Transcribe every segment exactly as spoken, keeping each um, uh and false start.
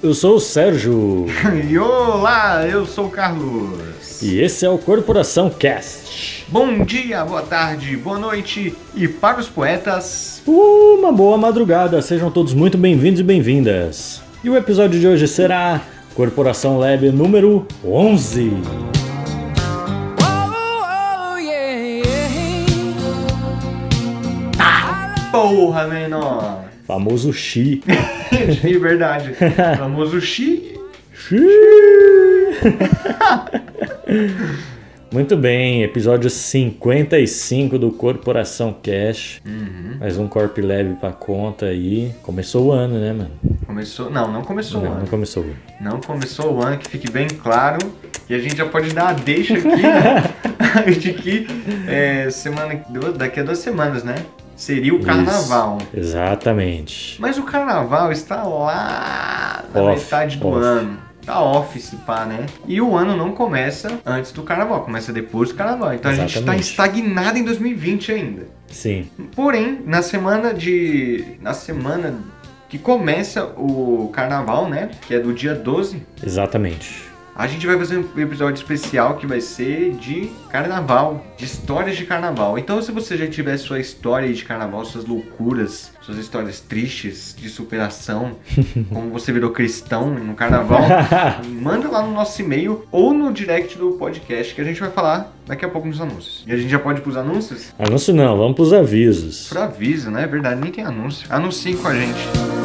eu sou o Sérgio. E olá, eu sou o Carlos. E esse é o Corporação Cast. Bom dia, boa tarde, boa noite e para os poetas, Uma boa madrugada, sejam todos muito bem-vindos e bem-vindas. E o episódio de hoje será Corporação Lab número onze. porra, menor. Famoso Xi. De verdade, famoso Xi. Muito bem, episódio cinquenta e cinco do Corporação Cash. Uhum. Mais um Corp Lab pra conta aí. Começou o ano, né, mano? Começou, não, não começou Não, o ano. não começou. Não começou o ano, que fique bem claro. E a gente já pode dar a deixa aqui, né? De que é, semana, daqui a duas semanas, né? Seria o carnaval. Isso, exatamente. Mas o carnaval está lá na Off, metade do off. ano. Tá off esse pá, né? E o ano não começa antes do carnaval, começa depois do carnaval. Então Exatamente. a gente está estagnado em dois mil e vinte ainda. Sim. Porém, na semana de. Na semana que começa o carnaval, né? Que é do dia doze. Exatamente. A gente vai fazer um episódio especial que vai ser de carnaval, de histórias de carnaval. Então, se você já tiver sua história de carnaval, suas loucuras, suas histórias tristes de superação, como você virou cristão no carnaval, manda lá no nosso e-mail ou no direct do podcast que a gente vai falar daqui a pouco nos anúncios. E a gente já pode ir pros anúncios? Anúncio não, vamos pros avisos. Pro aviso, né? É verdade, nem tem anúncio. Anunciem com a gente.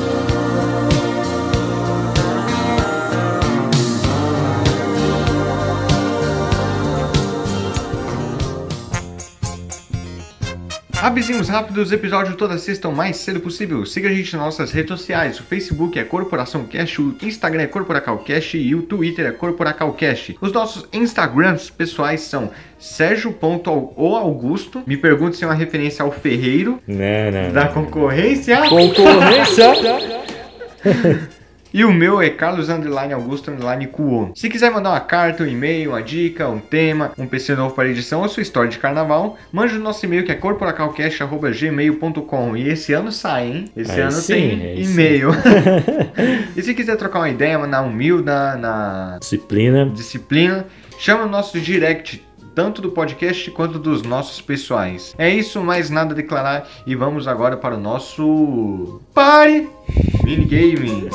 Avisinhos rápidos, episódio toda sexta o mais cedo possível. Siga a gente nas nossas redes sociais. O Facebook é Corporação Cash, o Instagram é Corporacalcast e o Twitter é Corporacalcast. Os nossos Instagrams pessoais são Sérgio.augusto. Me pergunte se é uma referência ao ferreiro Não, não, da não. concorrência. Concorrência. E o meu é Carlos Underline Augusto Underline Cuo. Se quiser mandar uma carta, um e-mail, uma dica, um tema, um P C novo para edição ou sua história de carnaval, mande o nosso e-mail que é corporacalcast arroba gmail ponto com. E esse ano sai, hein? Esse Aí ano sim, tem aí e-mail. E se quiser trocar uma ideia, mandar um mail na, na Disciplina. disciplina, chama o nosso direct, tanto do podcast quanto dos nossos pessoais. É isso, mais nada a declarar e vamos agora para o nosso Party Minigame.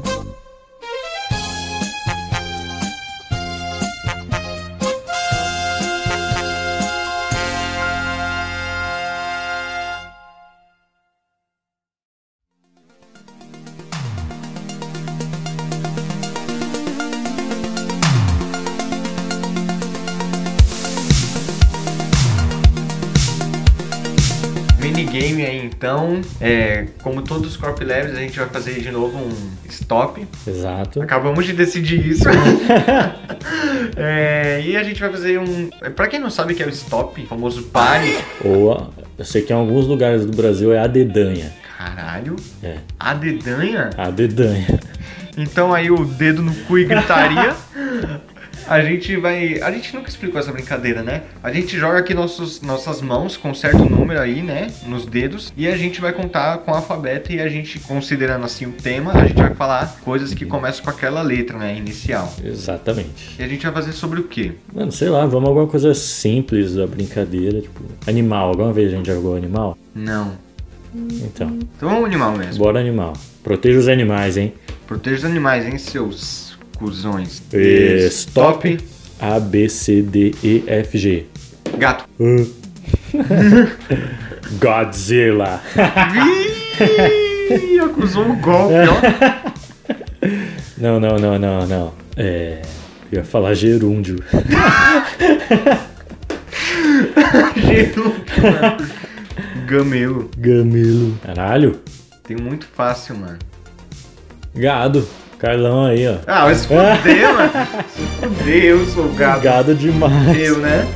Minigame aí então, é, como todos os Corp Labs, a gente vai fazer de novo um stop. Exato. Acabamos de decidir isso. É, e a gente vai fazer um... Pra quem não sabe o que é o stop, o famoso pare. Ou, eu sei que em alguns lugares do Brasil é a dedanha. Caralho, É, a dedanha? a dedanha. Então aí o dedo no cu e gritaria. A gente vai... A gente nunca explicou essa brincadeira, né? A gente joga aqui nossos, nossas mãos com um certo número aí, né? Nos dedos. E a gente vai contar com o alfabeto e a gente, considerando assim o tema, a gente vai falar coisas que começam com aquela letra, né? Inicial. Exatamente. E a gente vai fazer sobre o quê? Mano, sei lá, vamos alguma coisa simples da brincadeira, tipo, animal. Alguma vez a gente jogou animal? Não. Então, Então vamos animal mesmo. bora animal. Proteja os animais, hein? Proteja os animais, hein, seus cuzões. Stop. A, B, C, D, E, F, G. Gato. Godzilla. Ih, acusou o golpe, ó. Não, não, não, não, não. É... Eu ia falar gerúndio. Gerúndio, mano. Gamelo. Gamelo. Caralho. Tem muito fácil, mano. Gado. Carlão aí, ó. Ah, vai se fuder, mano. Se fuder, eu sou o gato. Gado demais. Eu, né?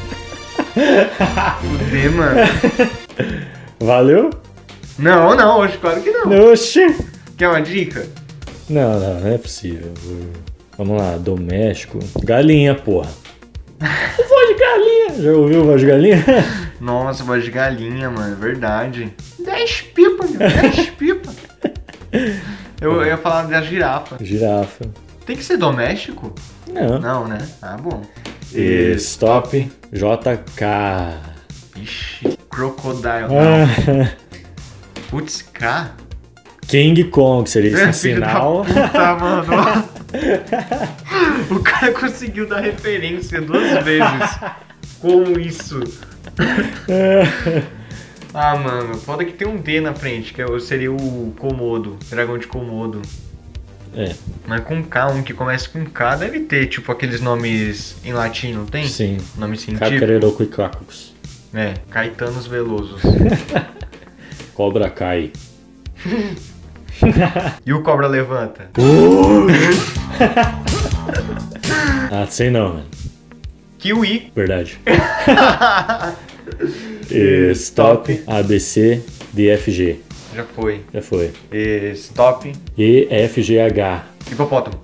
Fuder, mano. Valeu? Não, não, hoje claro que não. Oxi. Quer uma dica? Não, não, não é possível. Vamos lá, doméstico. Galinha, porra. Voz de galinha. Já ouviu voz de galinha? Nossa, voz de galinha, mano, é verdade. Dez pipa, meu, dez pipa. Eu, eu ia falar da girafa. Girafa. Tem que ser doméstico? Não. Não, né? Ah, bom. Stop. J K. Ixi, Crocodile. Ah. Putz, K? King Kong seria esse É, sinal. filho da puta, mano. O cara conseguiu dar referência duas vezes. Como isso? Ah, mano, foda que tem um D na frente, que é- seria o Komodo, dragão de Komodo. É, Mas com K, um que começa com K, deve ter, tipo, aqueles nomes em latim, não tem? sim. Nome científico? Cacareroco e Cracos. É, Caetanos Velosos. Cobra cai. E o Cobra Levanta? Ah, sei não, mano. Kiwi. Verdade. E, stop. A, B, C, D, F, G. Já foi. Já foi. E, stop. E, F, G, H. Hipopótamo.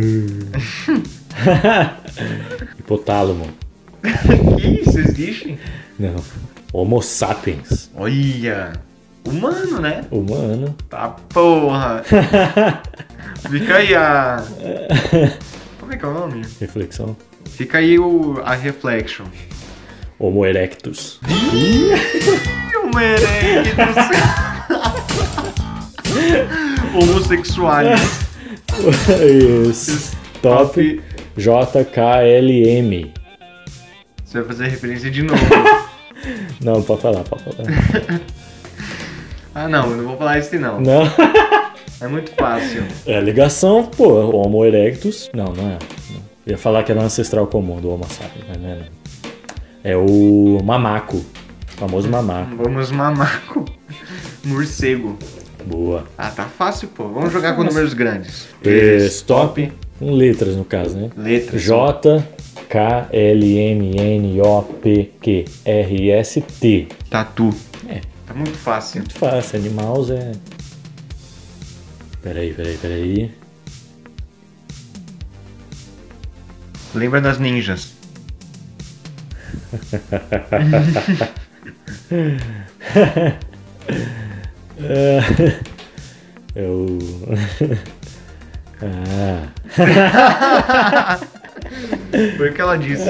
Hipotálamo. Que isso, existe? Não. Homo sapiens. Olha. Humano, né? Humano. Tá porra. Fica aí a... Como é que é o nome? Reflexão. Fica aí o, a reflection. Homo erectus. E o merengue homossexuais. Stop. J, K, L, M. Você vai fazer referência de novo. Não, pode falar, pode falar. Ah, não, eu não vou falar esse não. Não. É muito fácil. É ligação, pô. Homo erectus. Não, não é. Não. Eu ia falar que era um ancestral comum do Homo sapiens, mas não é. Não. É o mamaco. O famoso mamaco. Vamos mamaco. Morcego. Boa. Ah, tá fácil, pô. Vamos jogar com números grandes. E, stop. Com letras, no caso, né? Letras. J, K, L, M, N, O, P, Q, R, S, T. Tatu. É. Tá muito fácil. Muito fácil. Animals é... Peraí, peraí, peraí. Lembra das ninjas. É o... Ah. Foi o que ela disse.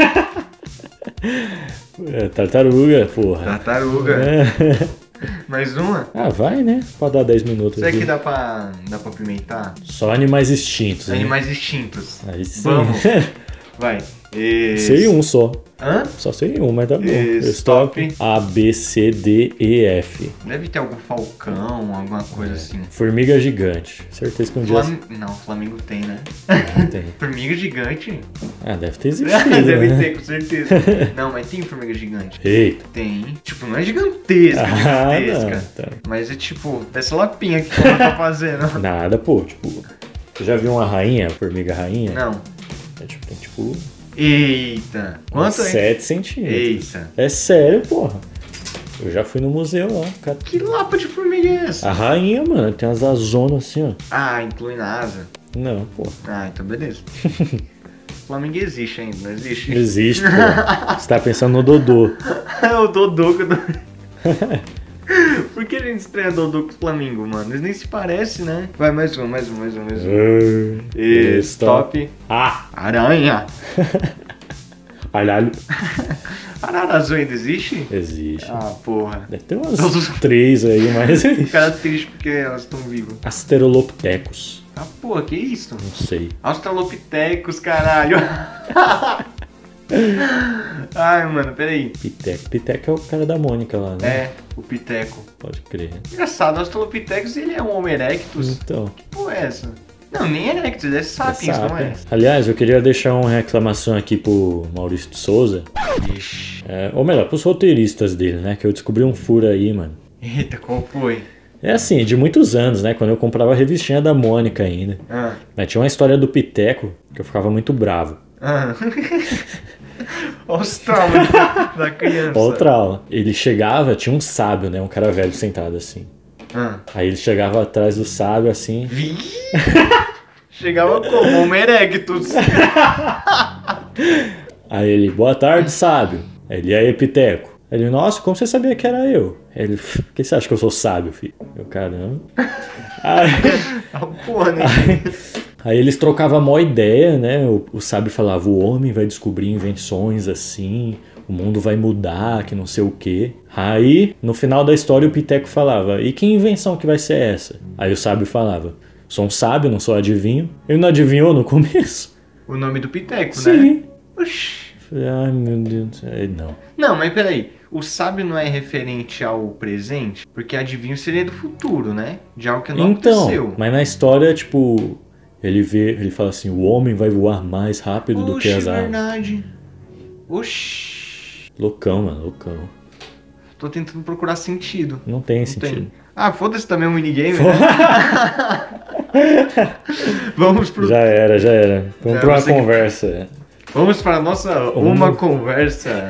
É, tartaruga, porra. Tartaruga. Mais uma? Ah, vai, né? Pode dar dez minutos Será aqui. que dá pra, dá pra pimentar? Só animais extintos, né? Animais extintos. Aí sim. Vamos. Vai. E... Sei um só. Hã? Só sei um, mas tá bom. E, Stop. A, B, C, D, E, F. Deve ter algum falcão, alguma coisa assim. Formiga gigante. Certeza que um dia... Flam... Não, Flamengo tem, né? Não tem. Formiga gigante? Ah, deve ter existido, Deve né? ter, com certeza. Não, mas tem formiga gigante. Eita. Tem. Tipo, não é gigantesca, Ah, gigantesca. não, tá. Mas é tipo, dessa lapinha que ela tá fazendo. Nada, pô. Tipo... Você já viu uma rainha, formiga rainha? Não. É tipo, tem tipo... Eita. Quanto é? sete centímetros. Eita. É sério, porra. Eu já fui no museu lá. Cara. Que lapa de formiga é essa? A rainha, mano, tem umas azonas assim, ó. Ah, inclui na asa. Não, pô. Ah, então beleza. Flamengo existe ainda, não existe? Não existe, pô. Você tá pensando no Dodô. É o Dodô que eu tô... Por que a gente estreia Dodô com o Flamengo, mano? Eles nem se parecem, né? Vai, mais um, mais um, mais um, mais um. E stop. Ah! Aranha. Aralho. Ararazu ainda existe? Existe. Ah, porra. Deve ter umas três aí, mas... Cara triste porque elas estão vivas. Asterolopithecus. Ah, porra, que isso? Não sei. Australopithecus, caralho. Ai, mano, peraí. Piteco. Piteco é o cara da Mônica lá, né? É, o Piteco. Pode crer. Engraçado, o Australopithecus, ele é um Homo erectus. Então... Que porra é essa? Não, nem erectus, ele é sapiens, é não é? Aliás, eu queria deixar uma reclamação aqui pro Maurício de Souza. Ixi. É, ou melhor, pros roteiristas dele, né? Que eu descobri um furo aí, mano. Eita, qual foi? É assim, de muitos anos, né? Quando eu comprava a revistinha da Mônica ainda. Ah. Mas tinha uma história do Piteco que eu ficava muito bravo. Ah. Olha os traumas da, da criança. Olha o trauma. Ele chegava, tinha um sábio, né? Um cara velho sentado assim. Ah. Aí ele chegava atrás do sábio assim. Vi? Chegava como? Homo erectus. Aí ele, boa tarde, sábio. Aí ele, aí, Piteco. Ele, nossa, como você sabia que era eu? Ele, por que você acha que eu sou sábio, filho? Eu, caramba. Aí, Ah, porra, né? aí, aí eles trocavam a maior ideia, né? O, o sábio falava, o homem vai descobrir invenções assim, o mundo vai mudar, que não sei o quê. Aí, no final da história, o Piteco falava, e que invenção que vai ser essa? Aí o sábio falava, sou um sábio, não sou adivinho. Ele não adivinhou no começo? O nome do Piteco, né? Sim. Oxi. Ai, meu Deus. Aí, não. Não, mas peraí. O sábio não é referente ao presente? Porque adivinho seria do futuro, né? De algo que não Então, aconteceu. mas na história, tipo, ele vê, ele fala assim, o homem vai voar mais rápido do que Oxi, as aves. verdade. Oxi. Loucão, mano, loucão. Tô tentando procurar sentido. Não tem Não sentido. tem. Ah, foda-se também o minigame, né? Vamos pro... Já era, já era. Vamos Já, pra uma você que- conversa. Vamos para a nossa Uma Conversa.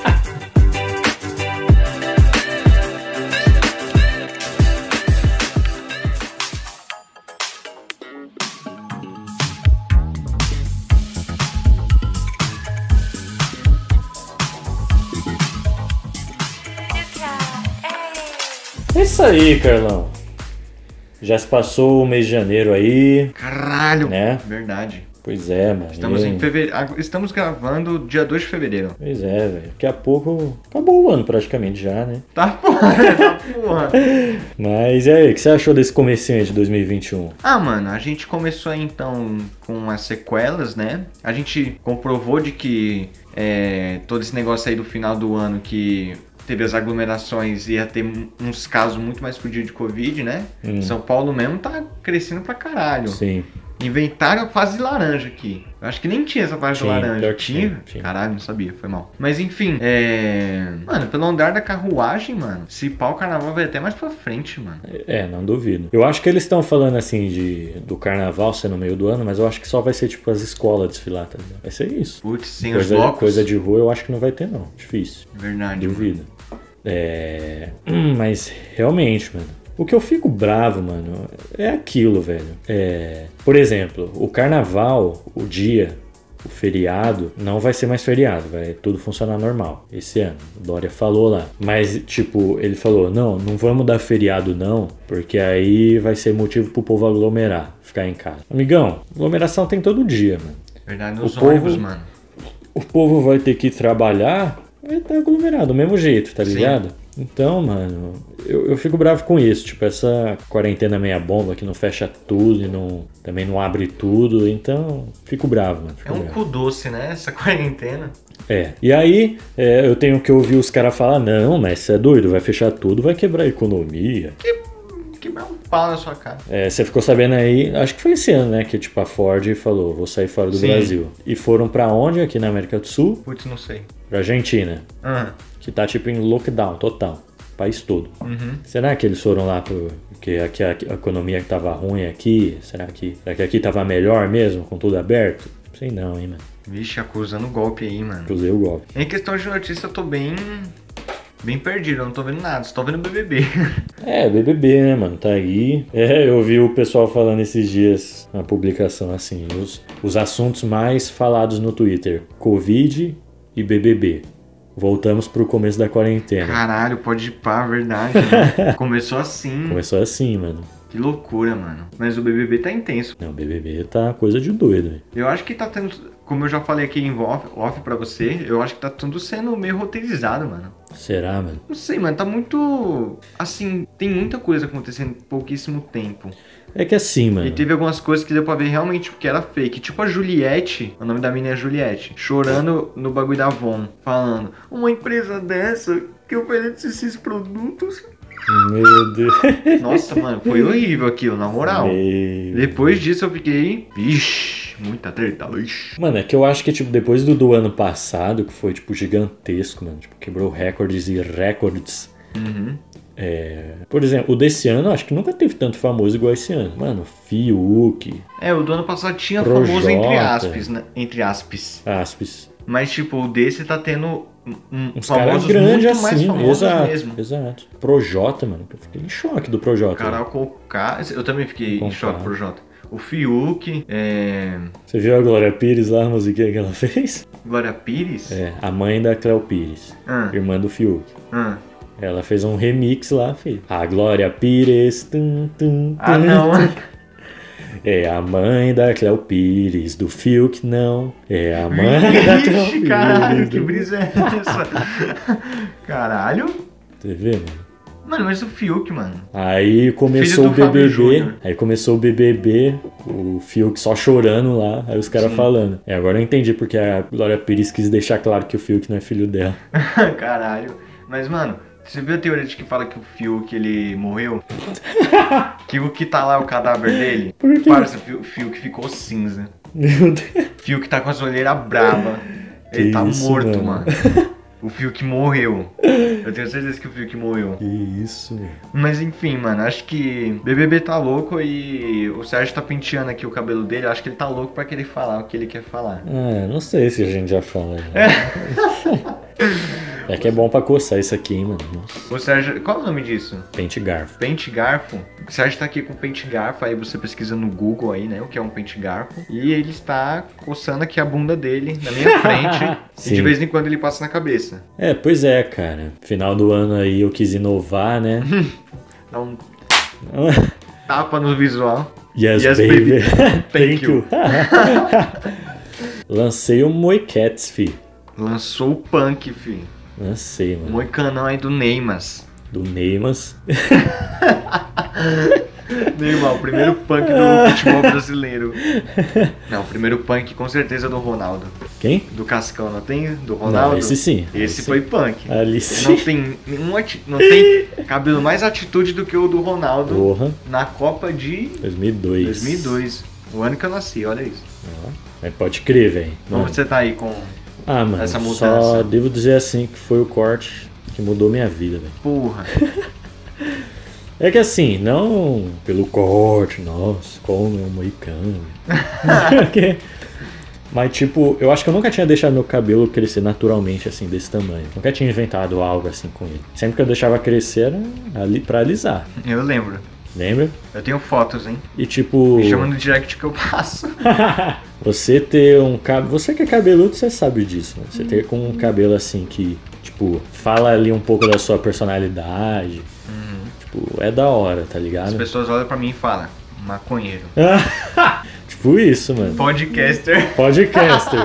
É isso aí, Carlão. Já se passou o mês de janeiro aí, Caralho. né? Verdade. Pois é, mano. Estamos E- em fevereiro. Estamos gravando dia dois de fevereiro. Pois é, velho. Daqui a pouco acabou o ano praticamente já, né? Tá porra, tá porra. Mas e aí, o que você achou desse comecinho aí de dois mil e vinte e um? Ah, mano, a gente começou aí, então com as sequelas, né? A gente comprovou de que é, todo esse negócio aí do final do ano que teve as aglomerações ia ter uns casos muito mais fodidos de Covid, né? Hum. São Paulo mesmo tá crescendo pra caralho. Sim. Inventaram a fase de laranja aqui. Eu acho que nem tinha essa fase Tinha, de laranja. pior que Tinha? tinha, tinha. Caralho, não sabia, foi mal. Mas enfim, é. Mano, pelo andar da carruagem, mano, se pau o carnaval vai até mais pra frente, mano. É, não duvido. Eu acho que eles estão falando assim de do carnaval ser no meio do ano, mas eu acho que só vai ser tipo as escolas desfilar, tá ligado? Vai ser isso. Putz, sem os Coisa, blocos. coisa de rua eu acho que não vai ter, não. Difícil. Verdade. mano. Duvido. É. Hum, mas realmente, mano. O que eu fico bravo, mano, é aquilo, velho. É. Por exemplo, o carnaval, o dia, o feriado, não vai ser mais feriado, vai tudo funcionar normal esse ano. O Dória falou lá. Mas, tipo, ele falou: não, não vamos dar feriado, não, porque aí vai ser motivo pro povo aglomerar, ficar em casa. Amigão, aglomeração tem todo dia, mano. Verdade, nos O ônibus, povo- mano. O povo vai ter que trabalhar, vai estar aglomerado, do mesmo jeito, tá Sim. ligado? Então, mano, eu, eu fico bravo com isso. Tipo, essa quarentena meia bomba que não fecha tudo e não, também não abre tudo. Então, fico bravo, mano. É Fico um bravo. cu doce, né? Essa quarentena. É. E aí, é, eu tenho que ouvir os caras falar: não, mas você é doido, vai fechar tudo, vai quebrar a economia. Quebrar um pau na sua cara. É, você ficou sabendo aí, acho que foi esse ano, né? Que tipo, a Ford falou: vou sair fora do Sim. Brasil. E foram pra onde? Aqui na América do Sul? Putz, não sei. Pra Argentina. Ah, Que tá tipo em lockdown total, país todo. uhum. Será que eles foram lá por- porque aqui a, a economia tava ruim aqui? Será que, será que aqui tava melhor mesmo, com tudo aberto? Sei não, hein, mano. Vixe, acusando golpe aí, mano. Usei o golpe. Em questão de notícia, eu tô bem. Bem perdido, eu não tô vendo nada, só tô vendo B B B. É, B B B, né, mano? Tá aí. É, eu vi o pessoal falando esses dias na publicação assim, os, os assuntos mais falados no Twitter: Covid e B B B. Voltamos pro começo da quarentena. Caralho, pode ir pá, verdade. Né? Começou assim. Começou assim, mano. Que loucura, mano. Mas o B B B tá intenso. Não, B B B tá coisa de doido, velho. Eu acho que tá tendo, como eu já falei aqui em off, off pra você, eu acho que tá tudo sendo meio roteirizado, mano. Será, mano? Não sei, mano, tá muito. Assim, tem muita coisa acontecendo em pouquíssimo tempo. É que assim, mano. E teve algumas coisas que deu pra ver realmente que era fake. Tipo a Juliette, o nome da menina é Juliette, chorando no bagulho da Avon, falando: uma empresa dessa que oferece esses produtos. Meu Deus. Nossa, mano, foi horrível aquilo, na moral. Meu... Depois disso eu fiquei. Vixe, muita treta, vixe. Mano, é que eu acho que, tipo, depois do, do ano passado, que foi, tipo, gigantesco, mano. Tipo, quebrou recordes e recordes. Uhum. É... Por exemplo, o desse ano, eu acho que nunca teve tanto famoso igual esse ano. Mano, Fiuk, É, o do ano passado tinha Projota. famoso entre aspas, né? Entre aspas. Aspes. Mas, tipo, o desse tá tendo um, Uns caras famosos grandes muito mais assim, famosos exato, mesmo. exato. Projota, mano, eu fiquei em choque do Projota. Carol Conká, eu também fiquei Conká. em choque pro Jota. O Fiuk, é... Você viu a Glória Pires lá, a musiquinha que ela fez? Glória Pires? É, a mãe da Cléo Pires, Ah. irmã do Fiuk. Ah. Ela fez um remix lá, filho. A Glória Pires. Tum, tum, tum, Ah, não. tum. É a mãe da Cléo Pires, do Fiuk, não. É a mãe da Cléo Ixi, Pires. caralho, que do- brisa é essa? Caralho. Tá vendo? Mano, mas o Fiuk, mano. Aí começou o Filho do Fábio B B B, Júnior. aí começou o B B B, o Fiuk só chorando lá, aí os caras Sim. falando. É, agora eu entendi porque a Glória Pires quis deixar claro que o Fiuk não é filho dela. Caralho. Mas, mano, você viu a teoria de que fala que o Fiuk, ele morreu? Que o que tá lá é o cadáver dele? Por quê? Parça, o Fiuk ficou cinza. Meu Deus. Fiuk tá com as olheiras bravas. Ele Que tá isso, morto, mano. mano. O Fiuk morreu. Eu tenho certeza que o Fiuk morreu. Que isso, velho. Mas enfim, mano, acho que B B B tá louco e o Sérgio tá penteando aqui o cabelo dele. Acho que ele tá louco pra querer falar o que ele quer falar. Ah, não sei se a gente já fala. Já. É que é bom pra coçar isso aqui, hein, mano. Nossa. O Sérgio, qual é o nome disso? Pente e garfo. Pente garfo. O Sérgio tá aqui com pente garfo, aí você pesquisa no Google aí, né, o que é um pente garfo. E ele está coçando aqui a bunda dele na minha frente. E Sim. de vez em quando ele passa na cabeça. É, pois é, cara. Final do ano aí eu quis inovar, né? Dá um tapa no visual. Yes, Yes, baby. baby. Thank you. Lancei o Moicats, fi. Lançou o punk, filho. Lancei, mano. Moicanão aí do Neymas. Do Neymas. Neymar, o primeiro punk do futebol brasileiro. Não, o primeiro punk com certeza é do Ronaldo. Quem? Do Cascão, não tem? Do Ronaldo? Não, esse sim. Esse Esse foi punk. Ali Não sim. tem nenhum ati... não tem cabelo mais atitude do que o do Ronaldo Porra. na Copa de dois mil e dois. dois mil e dois. O ano que eu nasci, olha isso. Ó, mas pode crer, velho. Como Mano. você tá aí com... Ah, mano, essa só mudança? devo dizer assim que foi o corte que mudou minha vida, velho. Porra. É que assim, não pelo corte, nossa, como é um moicano. Porque- Mas tipo, eu acho que eu nunca tinha deixado meu cabelo crescer naturalmente assim, desse tamanho. Nunca tinha inventado algo assim com ele. Sempre que eu deixava crescer era ali pra alisar. Eu lembro. Lembra? Eu tenho fotos, hein? E tipo, Me chama no direct que eu passo. você ter um cabelo. Você que é cabeludo, você sabe disso, né? Você ter com um cabelo assim que, tipo, fala ali um pouco da sua personalidade. Tipo, é da hora, tá As ligado? pessoas olham pra mim e falam, maconheiro. Tipo isso, mano. Podcaster. Podcaster.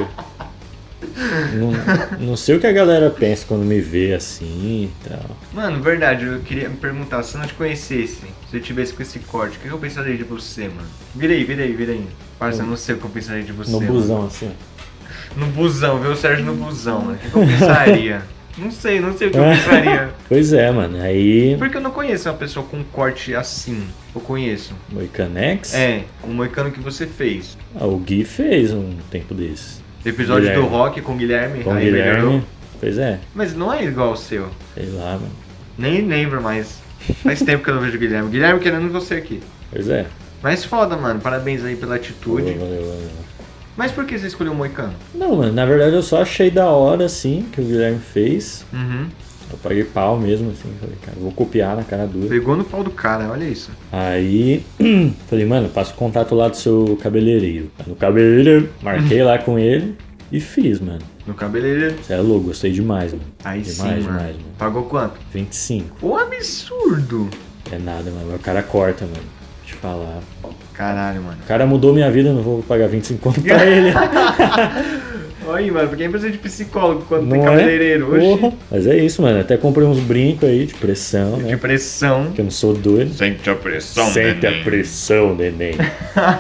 não, não sei o que a galera pensa quando me vê assim e tal. Mano, verdade, eu queria me perguntar, se eu não te conhecesse, se eu tivesse com esse corte, o que eu pensaria de você, mano? Vira aí, vira aí, vira aí. Parça, eu não sei o que eu pensaria de você. No mano. busão, assim. No busão, ver o Sérgio no busão, mano. O que, que eu pensaria? Não sei, não sei o que eu pensaria. Pois é, mano. Aí. Porque eu não conheço uma pessoa com um corte assim. Eu conheço. Moicanex? É, o moicano que você fez. Ah, o Gui fez um tempo desses. Episódio Guilherme. do rock com o Guilherme. Com o aí Guilherme. melhorou. Pois é. Mas não é igual o seu. Sei lá, mano. Nem lembro mais. Faz tempo que eu não vejo o Guilherme. Guilherme querendo você aqui. Pois é. Mas foda, mano. Parabéns aí pela atitude. Valeu, valeu, valeu. Mas por que você escolheu o moicano? Não, mano, na verdade eu só achei da hora, assim, que o Guilherme fez. Uhum. Eu paguei pau mesmo, assim. Falei, cara, vou copiar na cara dura. Pegou no pau do cara, olha isso. Aí, falei, mano, passa o contato lá do seu cabeleireiro. Aí no cabeleireiro, marquei lá com ele e fiz, mano. No cabeleireiro. Você é louco, gostei demais, mano. Aí demais, sim, mano. demais, mano. Pagou quanto? vinte e cinco. O absurdo. É nada, mano. O cara corta, mano. Deixa eu falar. Caralho, mano. O cara mudou minha vida, eu não vou pagar vinte e cinco conto pra ele. Olha aí, mano, porque quem precisa de psicólogo quando tem Não cabeleireiro? é? Oxi. Porra. Mas é isso, mano. Até comprei uns brincos aí de pressão, né? De pressão. Que eu não sou doido. Sente a pressão, Sente a pressão, neném. Pra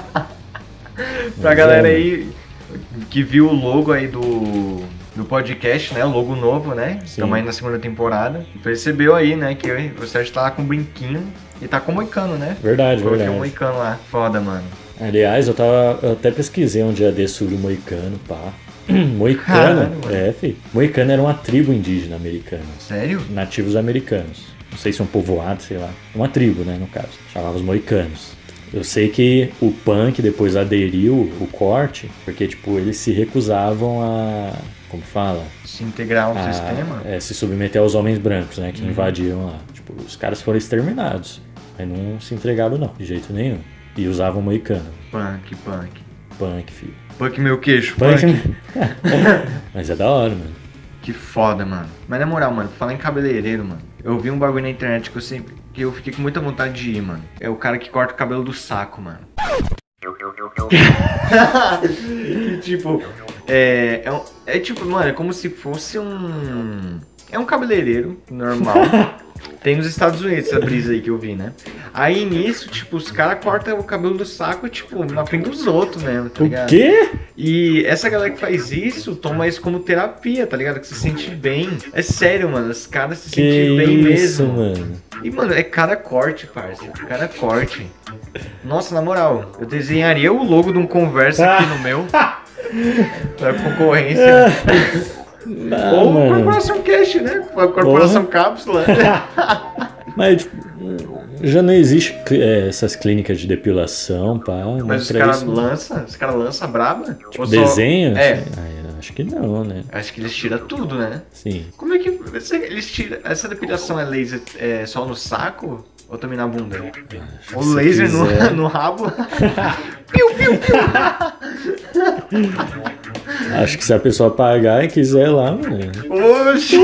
Mas galera é, aí que viu o logo aí do, do podcast, né? O logo novo, né? Sim. Estamos aí na segunda temporada. Percebeu aí, né? Que o Sérgio tá lá com um brinquinho e tá com o moicano, né? Verdade, Coloquei verdade. um moicano lá. Foda, mano. Aliás, eu tava. Eu até pesquisei um dia desse sobre o moicano, pá. Moicano? Caralho, mano. É, fi. Moicano era uma tribo indígena americana. Sério? Nativos americanos. Não sei se é um povoado, sei lá. Uma tribo, né, no caso. Chamava os moicanos. Eu sei que o punk depois aderiu o corte, porque, tipo, eles se recusavam a. Como fala? Se integrar ao A, sistema? é, se submeter aos homens brancos, né, que Uhum. invadiram lá. Tipo, os caras foram exterminados. Mas não se entregaram, não, de jeito nenhum. E usavam moicano. Punk, punk. Punk, filho. Punk meu queixo, Punk. punk. Mas é da hora, mano. Que foda, mano. Mas na moral, mano, falar em cabeleireiro, mano. Eu vi um bagulho na internet que eu sempre. Que eu fiquei com muita vontade de ir, mano. É o cara que corta o cabelo do saco, mano. Que tipo. É, é, um, é tipo, mano, é como se fosse um. É um cabeleireiro normal. Tem nos Estados Unidos essa brisa aí que eu vi, né? Aí nisso, tipo, os caras cortam o cabelo do saco, tipo, na frente dos outros mesmo, tá ligado? O quê? E essa galera que faz isso, toma isso como terapia, tá ligado? Que se sente bem. É sério, mano, os caras se sentem bem isso, mesmo. Mano. E, mano, é cada corte, parça. Cada corte. Nossa, na moral, eu desenharia o logo de um Conversa aqui no meu. Pra concorrência. Ah, Ou mano. Corporação Cash, né? Corporação Porra. Cápsula. Mas tipo, já não existe é, essas clínicas de depilação, pá. Mas os caras lançam, os caras lançam braba. Tipo, Ou só- desenho? É. Assim? Ah, eu acho que não, né? Acho que eles tiram tudo, né? Sim. Como é que eles tiram? Essa depilação é laser é só no saco? Ou também na bunda? Ou se laser no, quiser. no rabo? Piu, piu, piu. Acho que se a pessoa pagar e quiser lá, mano. Oxi!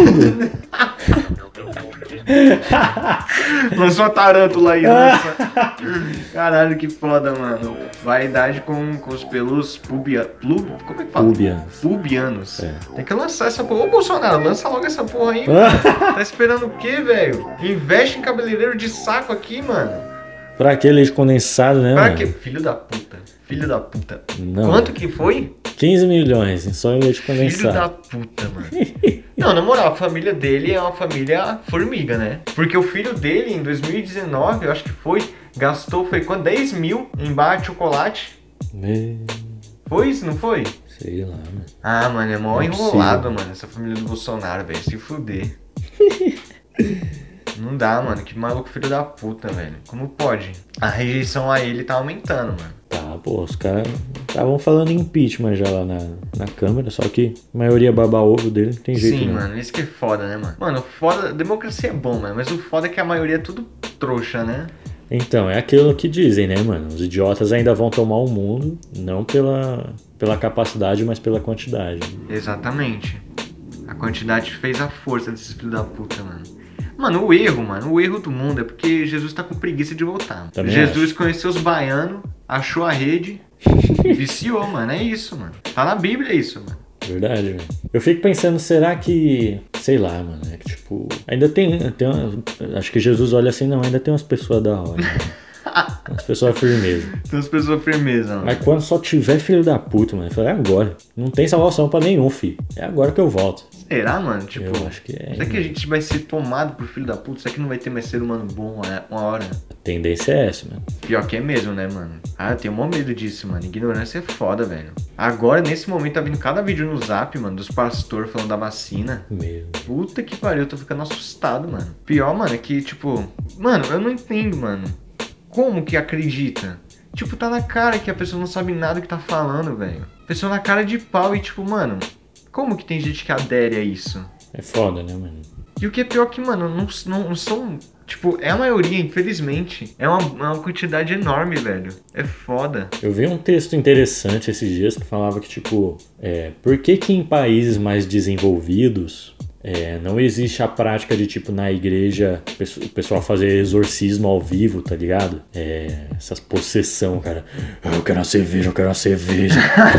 Lançou uma tarântula aí, lança. Caralho, que foda, mano. Vaidade com, com os pelos pubia, plub, como é que fala? Pubianos. Pubianos. É. Tem que lançar essa porra. Ô, Bolsonaro, lança logo essa porra aí, mano. Tá esperando o quê, velho? Investe em cabeleireiro de saco aqui, mano. Pra que leite condensado, né, Pra mano? quê? Filho da puta. Filho da puta. Não. Quanto que foi? quinze milhões só em leite Filho condensado. da puta, mano. Não, na moral, a família dele é uma família formiga, né? Porque o filho dele, em dois mil e dezenove, eu acho que foi, gastou, foi quanto? dez mil em barra de chocolate? Me- Foi isso, não foi? Sei lá, mano. Ah, mano, é mó Não é enrolado, possível. mano, essa família do Bolsonaro, velho. Se fuder. Não dá, mano. Que maluco filho da puta, velho. Como pode? A rejeição a ele tá aumentando, mano. Tá, pô, os caras estavam falando em impeachment já lá na, na Câmara, só que a maioria baba ovo dele, não tem jeito Sim, não. mano, isso que é foda, né, mano? Mano, foda, democracia é bom, mano, mas o foda é que a maioria é tudo trouxa, né? Então, é aquilo que dizem, né, mano? Os idiotas ainda vão tomar o mundo, não pela, pela capacidade, mas pela quantidade. Exatamente. A quantidade fez a força desses filhos da puta, mano. Mano, o erro, mano, o erro do mundo é porque Jesus tá com preguiça de voltar. Também Jesus acho. conheceu os baianos, achou a rede e viciou, mano. É isso, mano. Tá na Bíblia isso, mano. Verdade, velho. Eu fico pensando, será que... Sei lá, mano, é que tipo... Ainda tem... tem uma, acho que Jesus olha assim, não, ainda tem umas pessoas da hora. Né? Umas pessoas firmeza. Tem as pessoas firmeza, mano. Mas quando só tiver filho da puta, mano, eu falei, é agora. Não tem salvação pra nenhum, filho. É agora que eu volto. Será, mano? Tipo, Eu acho que é. será que a gente vai ser tomado por filho da puta? Será que não vai ter mais ser humano bom uma- uma hora? A tendência é essa, mano. Pior que é mesmo, né, mano? Ah, eu tenho mó medo disso, mano. Ignorância é foda, velho. Agora, nesse momento, tá vindo cada vídeo no zap, mano, dos pastores falando da vacina. Meu. Puta que pariu, eu tô ficando assustado, mano. Pior, mano, é que, tipo... Mano, eu não entendo, mano. Como que acredita? Tipo, tá na cara que a pessoa não sabe nada do que tá falando, velho. Pessoa na cara de pau e, tipo, mano... Como que tem gente que adere a isso? É foda, né, mano? E o que é pior que, mano, não, não, não são... Tipo, é a maioria, infelizmente. É uma, uma quantidade enorme, velho. É foda. Eu vi um texto interessante esses dias que falava que, tipo, é, por que que em países mais desenvolvidos é, não existe a prática de, tipo, na igreja, o pesso- o pessoal fazer exorcismo ao vivo, tá ligado? É, essas possessão, cara. "Ah, eu quero uma cerveja, eu quero uma cerveja.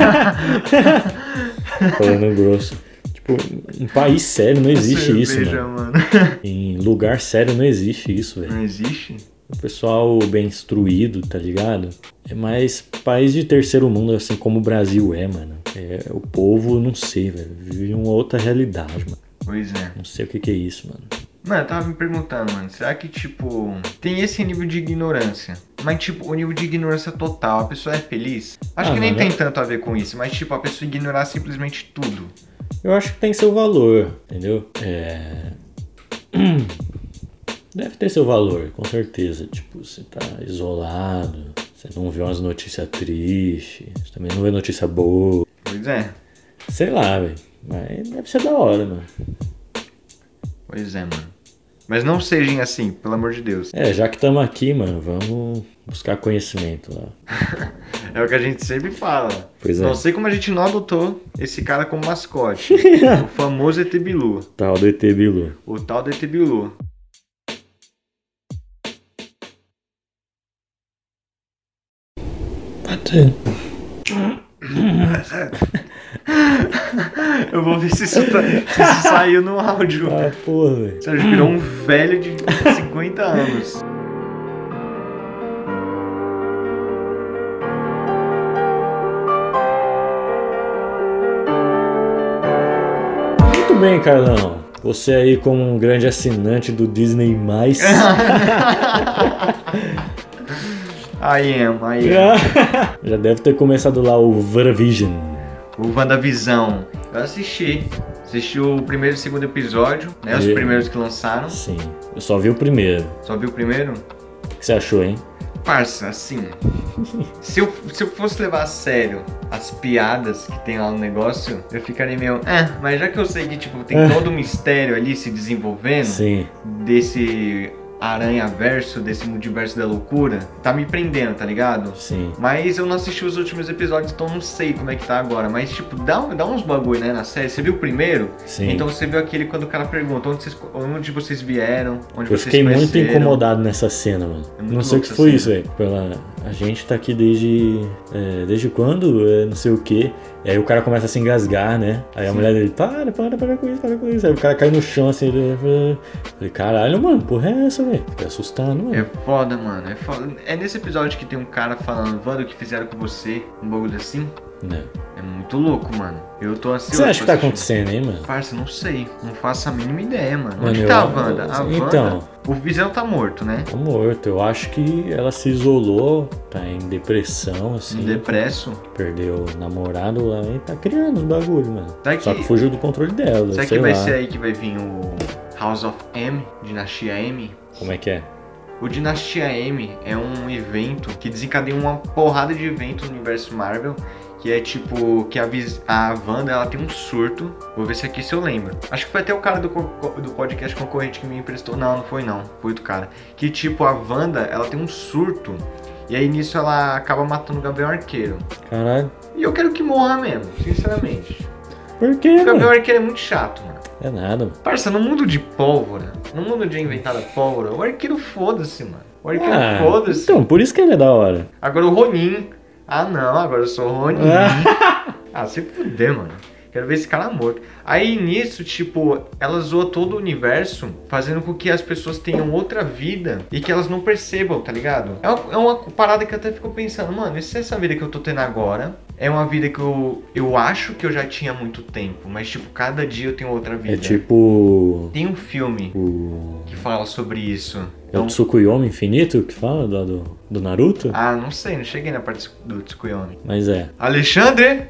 Falando grosso. Tipo, em país sério não existe isso, Cerveja, mano. mano. Em lugar sério não existe isso, velho. Não existe? O pessoal bem instruído, tá ligado? É mais país de terceiro mundo, assim como o Brasil é, mano. É, o povo, não sei, velho. Vive uma outra realidade, mano. Pois é. Não sei o que que é isso, mano. Mano, eu tava me perguntando, mano, será que, tipo, tem esse nível de ignorância? Mas, tipo, o nível de ignorância total, a pessoa é feliz? Acho Ah, que nem mano, tem tanto a ver com isso, mas, tipo, a pessoa ignorar simplesmente tudo. Eu acho que tem seu valor, entendeu? É... Deve ter seu valor, com certeza. Tipo, você tá isolado, você não vê umas notícias tristes, você também não vê notícia boa. Pois é, Sei lá, velho. Mas deve ser da hora, mano. pois é, mano. Mas não sejam assim, pelo amor de Deus. É, já que estamos aqui, mano, vamos buscar conhecimento lá. É o que a gente sempre fala. Pois é. Não sei como a gente não adotou esse cara como mascote. O famoso E T Bilu. Tal do E T Bilu. O tal do E T Bilu. Pode Eu vou ver se isso, tá, se isso saiu no áudio. Ah, porra, velho. Sérgio virou um velho de cinquenta anos. Muito bem, Carlão. Você aí como um grande assinante do Disney mais. I am, I am. Já deve ter começado lá o WandaVision. O WandaVisão. Eu assisti. Assisti o primeiro e o segundo episódio, né? Os E- primeiros que lançaram. Sim, eu só vi o primeiro. Só vi o primeiro? O que você achou, hein? Parça, assim. se, eu, se eu fosse levar a sério as piadas que tem lá no negócio, eu ficaria meio. É, mas já que eu sei que tipo, tem todo um mistério ali se desenvolvendo Sim. desse aranha-verso, desse multiverso da loucura, tá me prendendo, tá ligado? Sim. Mas eu não assisti os últimos episódios, então não sei como é que tá agora. Mas, tipo, dá, dá uns bagulho, né, na série. Você viu o primeiro? Sim. Então você viu aquele quando o cara pergunta onde vocês, onde vocês vieram, onde Eu vocês fiquei muito conheceram. incomodado nessa cena, mano. É muito Não sei o louco que essa foi cena. isso, velho. Pela... A gente tá aqui desde. é, desde quando? É, não sei o que. E aí o cara começa a se engasgar, né? Aí a Sim. mulher dele, para, para, para com isso, para com isso. Aí o cara cai no chão assim. Ele... Falei, caralho, mano, porra é essa, velho? Fiquei assustado, mano. É foda, mano. É foda. É nesse episódio que tem um cara falando, Wanda, o que fizeram com você? Um bagulho assim. Né? É muito louco, mano. Eu tô O assim. que você acha que tá acontecendo, hein, mano? Parça, não sei. Não faço a mínima ideia, mano. Mano, Onde eu- tá a Wanda? A Então. Wanda. O Visão tá morto, né? Tá morto. Eu acho que ela se isolou, tá em depressão, assim. Um depresso. Perdeu o namorado lá e tá criando os bagulhos, mano. Será Só que- que fugiu do controle dela, Será sei que vai lá. ser aí que vai vir o House of M? Dinastia M? Como é que é? O Dinastia M é um evento que desencadeia uma porrada de eventos no universo Marvel. Que é tipo, que a, Vis- a Wanda, ela tem um surto. Vou ver se aqui se eu lembro. Acho que foi até o cara do, co- do podcast concorrente que me emprestou. Não, não foi não. Foi outro cara. Que tipo, a Wanda, ela tem um surto. E aí nisso ela acaba matando o Gavião Arqueiro. Caralho. E eu quero que morra mesmo, sinceramente. Por quê, O Gavião mano? Arqueiro é muito chato, mano. É nada, mano. Parça, no mundo de pólvora, no mundo de inventada pólvora, o arqueiro foda-se, mano. O arqueiro Ah, foda-se. então, por isso que ele é da hora. Agora o Ronin. Ah não, agora eu sou o Ronin. Ah, se fuder, mano. Quero ver esse cara morto. Aí nisso, tipo, ela zoa todo o universo, fazendo com que as pessoas tenham outra vida e que elas não percebam, tá ligado? É uma, é uma parada que eu até fico pensando, mano, e se essa vida que eu tô tendo agora é uma vida que eu, eu acho que eu já tinha há muito tempo, mas tipo, cada dia eu tenho outra vida. É tipo. Tem um filme O. que fala sobre isso. É o Tsukuyomi Infinito que fala do, do, do Naruto? Ah, não sei, não cheguei na parte do Tsukuyomi. Mas é. Alexandre!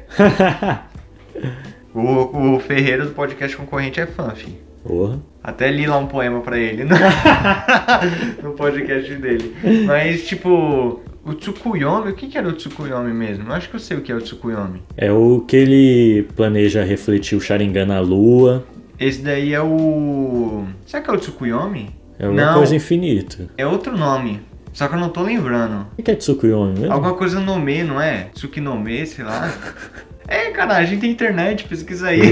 o, o Ferreira do podcast concorrente é fã, filho. Porra. Até li lá um poema pra ele no, no podcast dele. Mas, tipo, o Tsukuyomi, o que que era o Tsukuyomi mesmo? Eu acho que eu sei o que é o Tsukuyomi. É o que ele planeja refletir o Sharingan na lua. Esse daí é o... Será que é o Tsukuyomi? É alguma Não, coisa infinita. é outro nome. Só que eu não tô lembrando. O que é Tsukuyomi mesmo? Alguma coisa nome, não é? Tsukinome, sei lá. É, cara, a gente tem internet, pesquisa aí.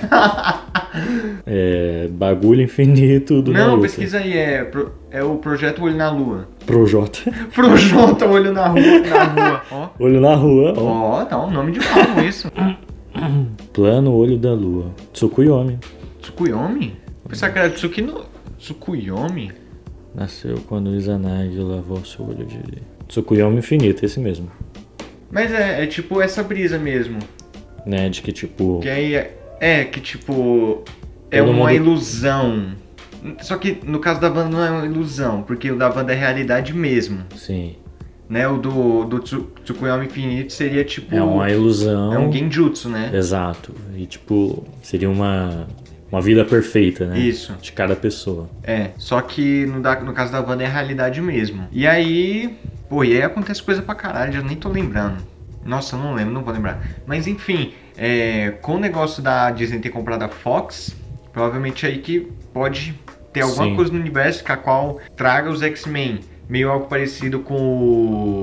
É. Bagulho infinito do Não, Naruto. pesquisa aí, é, pro- é o Projeto Olho na Lua. Projota. Projota Olho na Rua, na rua. Ó, Olho na rua, ó. ó, dá um nome de palmo isso. Plano Olho da Lua. Tsukuyomi. Tsukuyomi? Pensava que era Tsukino... Tsukuyomi? Nasceu quando Izanagi lavou seu olho direito. Tsukuyomi infinito, esse mesmo. Mas é, é tipo essa brisa mesmo. Né, de que tipo... Que aí é, é que tipo... É Todo uma mundo- ilusão. Só que no caso da Wanda não é uma ilusão, porque o da Wanda é realidade mesmo. Sim. Né? O do, do Tsu- Tsukuyomi infinito seria tipo... É uma ilusão. É um genjutsu, né? Exato. E tipo, seria uma, uma vida perfeita, né? Isso. De cada pessoa. É, só que no, da- no caso da Wanda é a realidade mesmo. E aí, pô, e aí acontece coisa pra caralho, já nem tô lembrando. Nossa, eu não lembro, não vou lembrar. Mas enfim, é, com o negócio da Disney ter comprado a Fox, provavelmente aí que pode ter alguma Sim. coisa no universo com a qual traga os X-Men. Meio algo parecido com o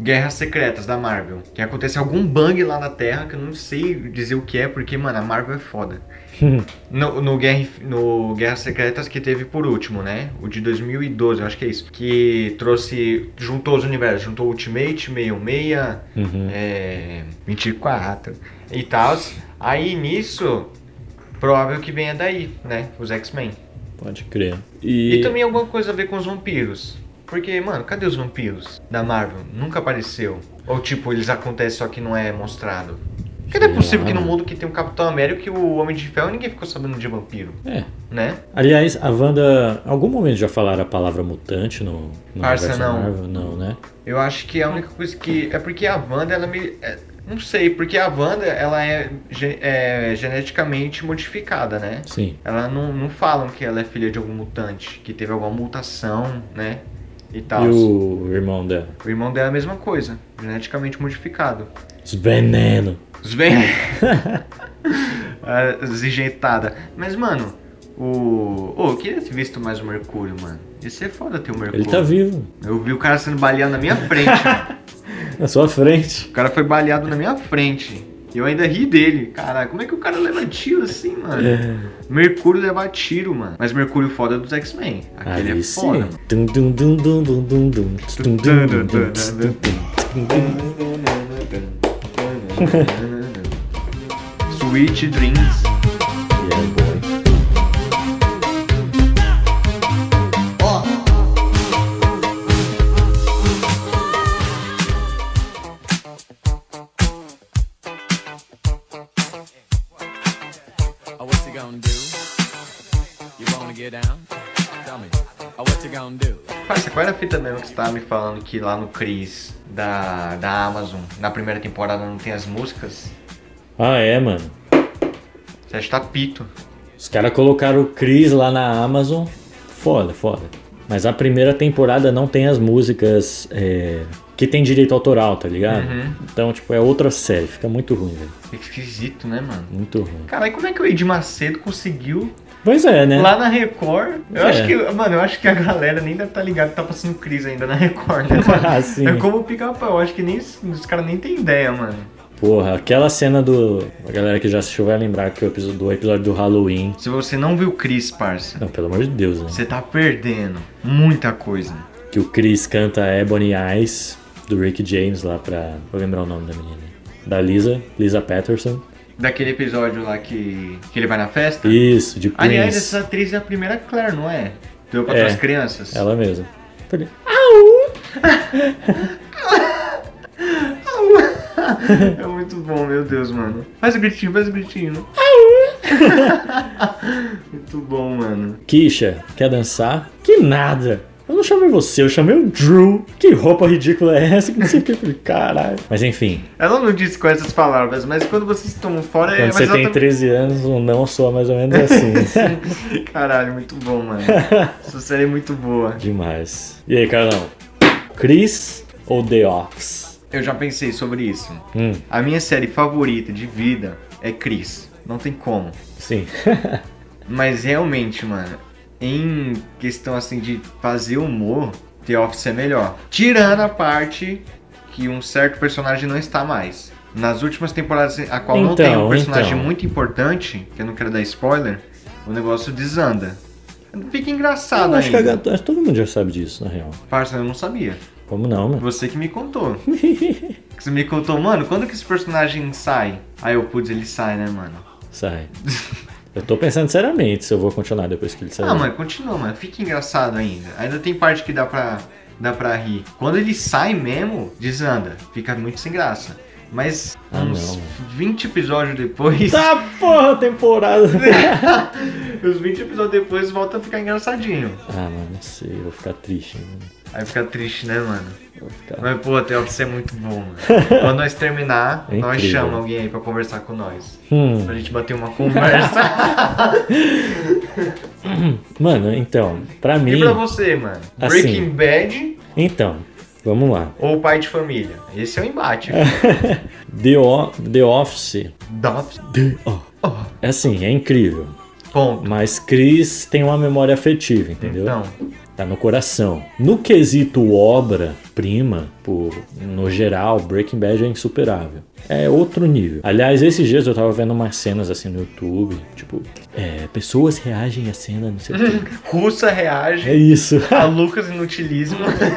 Guerras Secretas da Marvel. Que acontece algum bug lá na Terra, que eu não sei dizer o que é, porque, mano, a Marvel é foda. no, no, Guerra, no Guerras Secretas que teve por último, né? O de dois mil e doze, eu acho que é isso. Que trouxe, juntou os universos, juntou Ultimate, sessenta e seis, Uhum. é, vinte e quatro e tal. Aí nisso, provável que venha daí, né? Os X-Men. Pode crer. E... E também alguma coisa a ver com os vampiros. Porque, mano, cadê os vampiros da Marvel? Nunca apareceu. Ou tipo, eles acontecem só que não é mostrado. Porque não é possível que no mundo que tem o Capitão América e o Homem de Ferro ninguém ficou sabendo de vampiro. É. Né? Aliás, a Wanda, em algum momento já falaram a palavra mutante no, no Parça, universo não. Marvel? Não, né? Eu acho que a única coisa que... É porque a Wanda, ela me... É, não sei, porque a Wanda, ela é, ge- é geneticamente modificada, né? Sim. Ela não, não falam que ela é filha de algum mutante, que teve alguma mutação, né? E tal. E o irmão dela? O irmão dela é a mesma coisa, geneticamente modificado. Os veneno. Os bem... As enjeitadas. Mas, mano, o... Oh, eu queria ter visto mais o Mercúrio, mano. Ia ser foda ter o Mercúrio. Ele tá vivo. Eu vi o cara sendo baleado na minha frente, mano. Na sua frente. O cara foi baleado na minha frente. E eu ainda ri dele. Caralho, como é que o cara leva tiro assim, mano? É. Mercúrio leva tiro, mano. Mas Mercúrio foda é dos X-Men. Aquele Aí é sim. foda, mano. Dum, dum, dum, dum, dum, dum, dum, dum, dum, dum, dum, dum, dum. Sweet Dreams. Yeah, boy. Oh, what you gonna do? You wanna get down? Tell me. Oh, what you gonna do? Parça, qual era a fita mesmo que você tava me falando que lá no Chris da, da Amazon, na primeira temporada não tem as músicas? Ah, é, mano. Você acha que tá pito. Os caras colocaram o Chris lá na Amazon. Foda, foda. Mas a primeira temporada não tem as músicas é, que tem direito autoral, tá ligado? Uhum. Então, tipo, é outra série. Fica muito ruim, velho. Fica esquisito, né, mano? Muito ruim. Caralho, como é que o Ed Macedo conseguiu Pois é, né? lá na Record? Eu É. acho que, mano, eu acho que a galera nem deve estar ligada que tá passando Chris ainda na Record, né, mano? Ah, sim. É como o Pica-Pau, eu acho que nem os, os caras nem tem ideia, mano. Porra, aquela cena do... A galera que já assistiu vai lembrar que o episódio, do episódio do Halloween... Se você não viu Chris, parça, Não, pelo amor de Deus, né? você tá perdendo muita coisa. Que o Chris canta Ebony Eyes, do Rick James, lá pra... Vou lembrar o nome da menina. Da Lisa, Lisa Patterson. Daquele episódio lá que, que ele vai na festa. Isso, de Prince. Aliás, essa atriz é a primeira Claire, não é? Deu pra É. suas crianças. Ela mesma. Falei, É muito bom, meu Deus, mano. Faz o gritinho, faz o gritinho. Muito bom, mano. Kisha, quer dançar? Que nada! Eu não chamei você, eu chamei o Drew. Que roupa ridícula é essa? Que não sei o que. Eu falei, caralho. Mas enfim, Ela não disse com essas palavras, mas quando vocês tomam fora quando é você tem exatamente- treze anos, o não soa mais ou menos assim. Caralho, muito bom, mano. Essa série é muito boa. Demais. E aí, Carlão? Chris ou The Office? Eu já pensei sobre isso. Hum, A minha série favorita de vida é Chris. Não tem como. sim. Mas realmente, mano, em questão assim de fazer humor, The Office é melhor. Tirando a parte que um certo personagem não está mais. Nas últimas temporadas, a qual não Então, tem um personagem então. muito importante, que eu não quero dar spoiler, o negócio desanda. Fica engraçado Eu acho que a ainda. gata- todo mundo já sabe disso, na real. Parça, eu não sabia. Como não, mano? Você que me contou. Você me contou, mano, quando que esse personagem sai? Aí eu, putz, ele sai, né, mano? Sai. Eu tô pensando seriamente se eu vou continuar depois que ele sair. Ah, mano, continua, mano. Fica engraçado ainda. Ainda tem parte que dá pra, dá pra rir. Quando ele sai mesmo, desanda. Fica muito sem graça. Mas Ah, uns não. vinte episódios depois... Tá porra, temporada! Os vinte episódios depois volta a ficar engraçadinho. Ah, mano, não sei, eu vou ficar triste, mano. Aí fica triste, né, mano? Vou ficar... Mas, pô, The Office é muito bom, mano. Quando nós terminar, É nós incrível. chamamos alguém aí pra conversar com nós. Hum. Pra gente bater uma conversa. Mano, então, pra mim... E pra você, mano? Assim. Breaking Bad Então, vamos lá. ou Pai de Família? Esse é o embate. The, o... The Office... The Office. The... Oh. Oh, É assim, é incrível. ponto. Mas Chris tem uma memória afetiva, entendeu? Então, Tá no coração. No quesito obra-prima, pô, no geral, Breaking Bad é insuperável. É outro nível. Aliás, esses dias eu tava vendo umas cenas assim no YouTube, tipo, é, pessoas reagem à cena, não sei o quê. Russa reage. É isso. A Lucas inutilismo.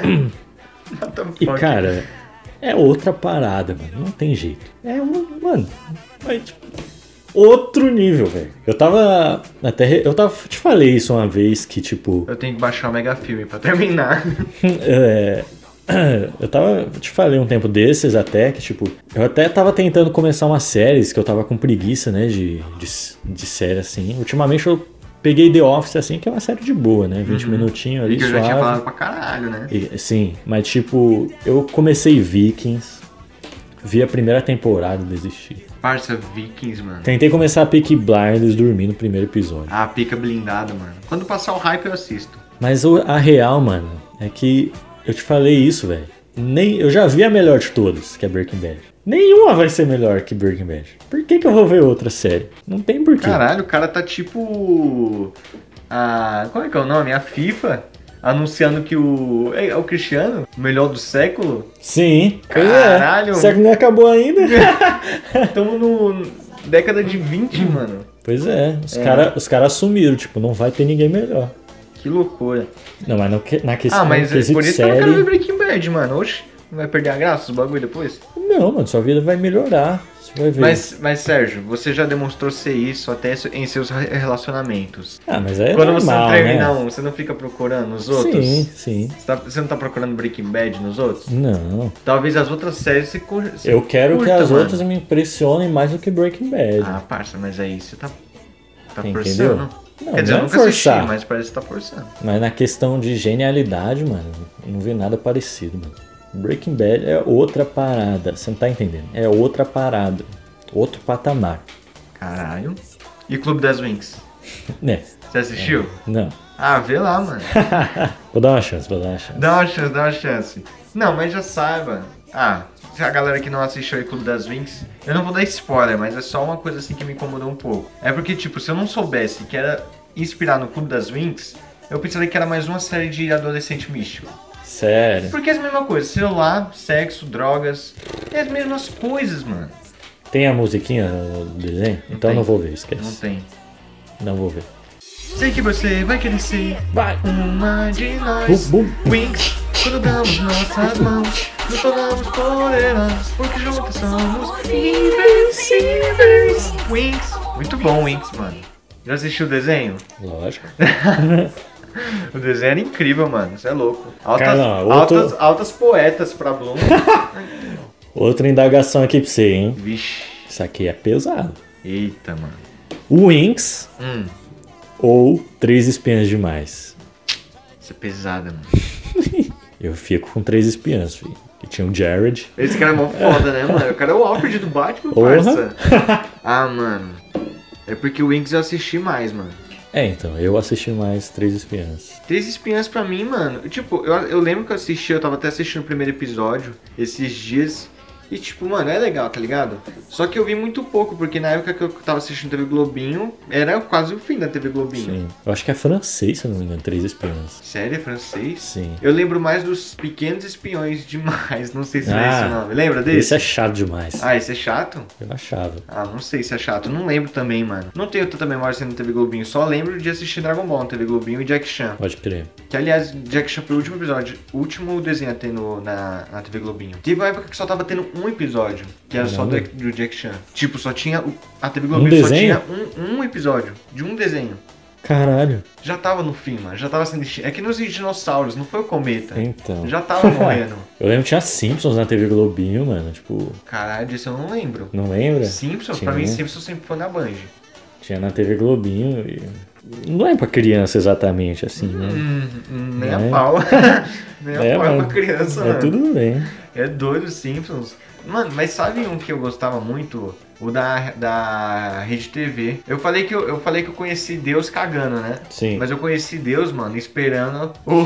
E cara, é outra parada, mano. Não tem jeito. É um, mano, é, tipo, outro nível, velho. Eu tava até eu tava te falei isso uma vez que tipo, eu tenho que baixar o Mega Filme pra terminar. é, eu tava te falei um tempo desses até que tipo, eu até tava tentando começar umas séries que eu tava com preguiça, né, de de, de série assim. Ultimamente eu peguei The Office, assim, que é uma série de boa, né? vinte uhum. minutinhos ali, e que eu suave. já tinha falado pra caralho, né? E, sim, mas tipo, eu comecei Vikings, vi a primeira temporada e desisti. Parça, Vikings, mano. Tentei começar a Peaky Blinders, dormi no primeiro episódio. Ah, pica blindada, mano. Quando passar o hype eu assisto. Mas o, a real, mano, é que eu te falei isso, velho. Nem, eu já vi a melhor de todas, que é Breaking Bad. Nenhuma vai ser melhor que Breaking Bad. Por que que eu vou ver outra série? Não tem porquê. Caralho, o cara tá tipo... A... Qual é que é o nome? A FIFA anunciando que o... É o Cristiano, o melhor do século? Sim. Caralho. É. O século não acabou ainda. Estamos no... década de vinte, mano. Pois é. Os é. caras os cara assumiram, tipo, não vai ter ninguém melhor. Que loucura. Não, mas não, na questão... Ah, mas é por isso série... que eu não quero ver Breaking Bad, mano. Oxi. Não vai perder a graça os bagulho depois? Não, mano, sua vida vai melhorar. Você vai ver. Mas, mas Sérgio, você já demonstrou ser isso até em seus relacionamentos. Ah, mas é Quando normal, você termina né? um, você não fica procurando os outros? Sim, sim. Você, tá, você não tá procurando Breaking Bad nos outros? Não. Talvez as outras séries você, cur, você Eu quero curta, que as mano. outras me impressionem mais do que Breaking Bad. Ah, parça, mas aí você tá, tá Entendeu? forçando. Não, Quer dizer, não eu é nunca forçar. assisti, mas parece que tá forçando. Mas na questão de genialidade, mano, eu não vi nada parecido, mano. Breaking Bad é outra parada, você não tá entendendo? É outra parada, outro patamar. Caralho. E Clube das Winx? Né? Você assistiu? É. Não. Ah, vê lá, mano. Vou dar uma chance, vou dar uma chance. Dá uma chance, dá uma chance. Não, mas já saiba. Ah, se a galera que não assistiu aí Clube das Winx, eu não vou dar spoiler, mas é só uma coisa assim que me incomodou um pouco. É porque, tipo, se eu não soubesse que era inspirado no Clube das Winx, eu pensaria que era mais uma série de adolescente místico. Sério? Porque é a mesma coisa, celular, sexo, drogas, é as mesmas coisas, mano. Tem a musiquinha no desenho? Não então tem. não vou ver, esquece. Não tem. Não vou ver. Sei que você vai querer ser Vai! uma de nós. Bum, bum. Winx, quando damos nossas mãos, nos tornamos poderosas, porque juntos somos invencíveis. Winx. Muito bom, Winx, mano. Já assistiu o desenho? Lógico. O desenho era incrível, mano. Isso é louco. Altas, Cara, outro- altas, altas poetas pra Bloom. Outra indagação aqui pra você, hein? Vixe. Isso aqui é pesado. Eita, mano. Winx Hum. ou Três Espiãs Demais? Isso é pesada, mano. Eu fico com Três Espiãs, filho. Que tinha o Jared. Esse cara é mó foda, né, mano? O cara é o Alfred do Batman, Porra. parça. Ah, mano. É porque o Winx eu assisti mais, mano. É, então, eu assisti mais Três Espiãs. Três Espiãs pra mim, mano. Tipo, eu, eu lembro que eu assisti, eu tava até assistindo o primeiro episódio esses dias. E tipo, mano, é legal, tá ligado? Só que eu vi muito pouco, porque na época que eu tava assistindo T V Globinho, era quase o fim da T V Globinho. Sim. Eu acho que é francês, se eu não me engano, Três Espiãs. Sério, é francês? Sim. Eu lembro mais dos Pequenos Espiões Demais, não sei se é Ah, esse o nome. Lembra desse? Esse é chato demais. Ah, esse é chato? Eu achava. Ah, não sei se é chato. Não lembro também, mano. Não tenho tanta memória sendo T V Globinho. Só lembro de assistir Dragon Ball na T V Globinho e Jack Chan. Pode crer. Que, aliás, Jack Chan foi o último episódio. O último desenho a ter no, na, na T V Globinho. Teve uma época que só tava tendo um episódio. Que era Não. só do, do Jack Chan. Tipo, só tinha... O, a T V Globinho Um só desenho? tinha um, um episódio. De um desenho. Caralho. Já tava no fim, mano. Já tava sendo... É que nos dinossauros, não foi o cometa. Então. Já tava morrendo. Eu lembro que tinha Simpsons na T V Globinho, mano. Tipo, Caralho, disso eu não lembro. não lembra? Simpsons? Tinha. Pra mim, Simpsons sempre foi na Band. Tinha na T V Globinho e... Não é pra criança exatamente assim, né? Hum, hum, nem É. a pau. nem a É, pau é mas- pra criança, É mano. tudo bem. É doido, Simpsons. Mano, mas sabe um que eu gostava muito? O da, da Rede T V. Eu falei, que eu, eu falei que eu conheci Deus cagando, né? Sim. Mas eu conheci Deus, mano, esperando o,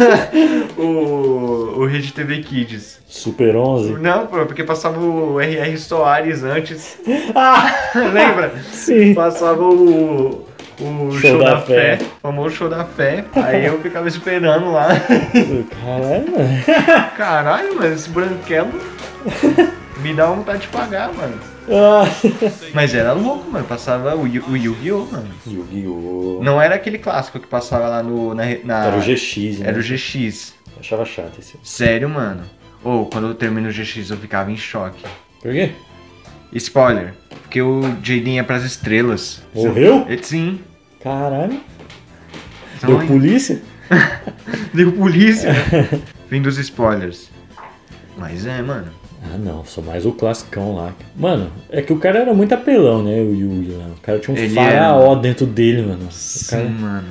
o, o Rede T V Kids. Super onze? Não, pô, porque passava o R R Soares antes. Ah! Lembra? Sim. Passava o, o Show show, da da, fé. fé. O famoso show da fé. Aí eu ficava esperando lá. Caralho, mano. Caralho, mano, esse branquelo me dá vontade de pagar, mano. Ah. Mas era louco, mano. Passava o, Yu- o Yu-Gi-Oh, mano. Yu-Gi-Oh! Não era aquele clássico que passava lá no. Na, na- Era o G X, né? Era o G X. Eu achava chato esse. Sério, mano. Ou quando eu termino o G X eu ficava em choque. Por quê? Spoiler. Porque o Jaden ia pras estrelas. Morreu? Ele, sim. Caralho. Então, Deu polícia? Deu polícia. Fim dos spoilers. Mas é, mano. Ah, não. Só mais o classicão lá. Mano, é que o cara era muito apelão, né? O Yugi lá. O cara tinha um Ele faraó dentro dele, mano. O Sim, cara... mano.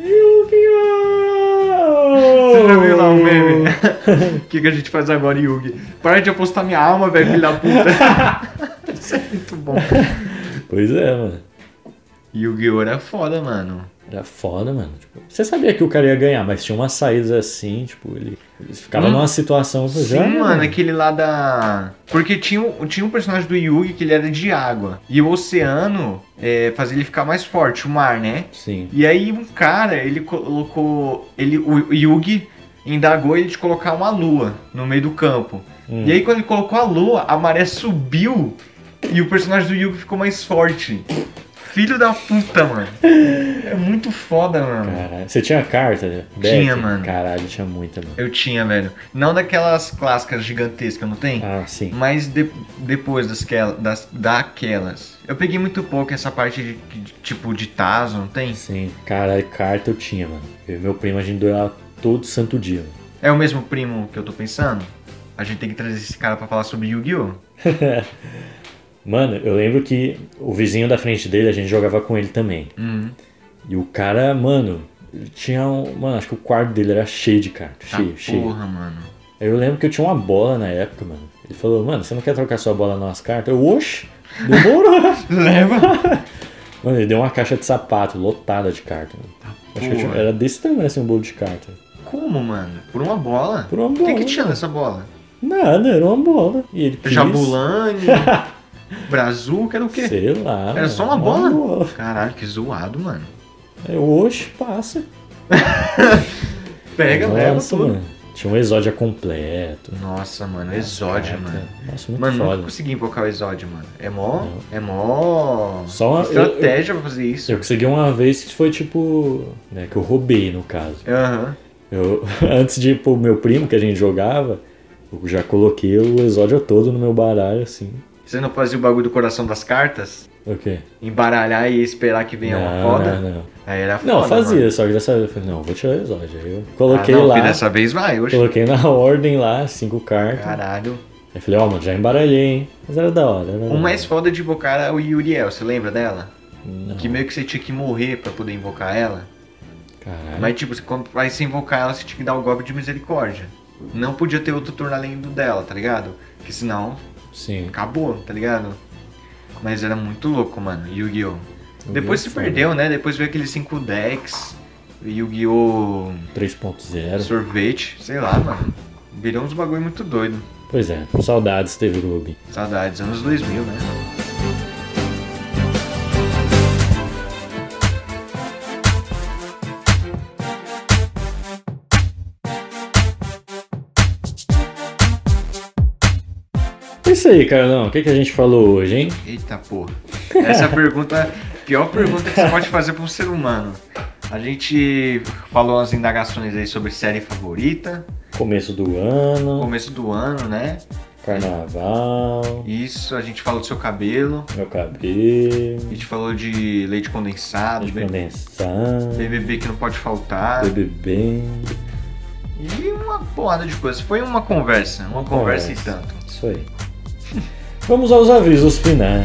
Yu-Gi-Oh! Você já viu lá o meme? O que, que a gente faz agora, Yugi? Para de apostar minha alma, velho, filho da puta. Isso é muito bom. Pois é, mano. Yu-Gi-Oh! Era foda, mano. Era foda, mano. Tipo, você sabia que o cara ia ganhar, mas tinha umas saídas assim, tipo, ele, ele ficava Hum. numa situação... Sim, já, mano, aquele lá da... Porque tinha, um- tinha um personagem do Yugi que ele era de água. E o oceano é, fazia ele ficar mais forte, o mar, né? Sim. E aí um cara, ele colocou... Ele, o Yugi indagou ele de colocar uma lua no meio do campo. Hum. E aí quando ele colocou a lua, a maré subiu e o personagem do Yugi ficou mais forte. Filho da puta, mano. É muito foda, mano. Caralho. Você tinha carta? Né? Tinha, Deck? mano. Caralho, tinha muita, mano. Eu tinha, velho. Não daquelas clássicas gigantescas, não tem? Ah, sim. Mas de- depois das, das daquelas. Eu peguei muito pouco essa parte de, de- tipo de Tazo, não tem? Sim. Caralho, carta eu tinha, mano. Eu e meu primo, a gente doava todo santo dia, mano. É o mesmo primo que eu tô pensando? A gente tem que trazer esse cara pra falar sobre Yu-Gi-Oh! Mano, eu lembro que o vizinho da frente dele, a gente jogava com ele também. Uhum. E o cara, mano, ele tinha um... Mano, acho que o quarto dele era cheio de carta. Tá Cheio, cheio. porra, mano. Aí eu lembro que eu tinha uma bola na época, mano. Ele falou, mano, você não quer trocar sua bola nas cartas? Eu, oxe, demorou. Leva! Mano, ele deu uma caixa de sapato lotada de carta. Mano. Acho que eu tinha- porra. era desse tamanho assim um bolo de carta. Como, mano? Por uma bola? Por uma O que, bola. que tinha nessa bola? Nada, era uma bola. E ele quis... Jabulani, Brazuca, era o quê? Sei lá. Era mano, só uma bola? bola. Caralho, que zoado, mano. Aí, oxe, passa. Pega, leva Nossa, tudo. mano. Tinha um exódia completo. Nossa, mano, exódio, Carta. mano. Nossa, muito Mano, foda. nunca consegui invocar o exódio, mano. É mó. É mó. Só uma- estratégia pra fazer isso. Eu consegui uma vez que foi tipo... Né, que eu roubei, no caso. Aham. Eu, antes de ir pro meu primo, que a gente jogava, eu já coloquei o exódio todo no meu baralho, assim. Você não fazia o bagulho do coração das cartas? O quê? Embaralhar e esperar que venha uma foda? Não, não. Aí era foda. Não, fazia, mano. só que dessa vez eu falei, não, vou tirar o exódio. Aí eu coloquei ah, não, lá, filho, dessa vez vai, hoje. coloquei na ordem lá, cinco cartas. Caralho. Aí falei, ó, mano, já embaralhei, hein? Mas era da hora, era da O hora. mais foda de invocar era o Yuriel, você lembra dela? Não, Que meio que você tinha que morrer pra poder invocar ela. caralho. Mas tipo, você- quando vai se invocar ela, você tinha que dar o golpe de misericórdia. Não podia ter outro turno além do dela, tá ligado? Porque senão Sim. acabou, tá ligado? Mas era muito louco, mano, Yu-Gi-Oh! Depois se foda. perdeu, né? Depois veio aqueles cinco decks, Yu-Gi-Oh! três ponto zero. Sorvete, sei lá, mano. Virou uns bagulho muito doido. Pois é, saudades teve o Ruby. Saudades, anos dois mil, né? É isso aí, Carlão. O que, que a gente falou hoje, hein? Eita porra. Essa é a pergunta, pior pergunta que você pode fazer para um ser humano. A gente falou as indagações aí sobre série favorita, Começo do ano, começo do ano, né? carnaval, Isso, a gente falou do seu cabelo, meu cabelo, a gente falou de leite condensado, de B- condensar, B B B que não pode faltar, beber bem. e uma porrada de coisas. Foi uma conversa, uma conversa e tanto. Isso aí. Vamos aos avisos finais.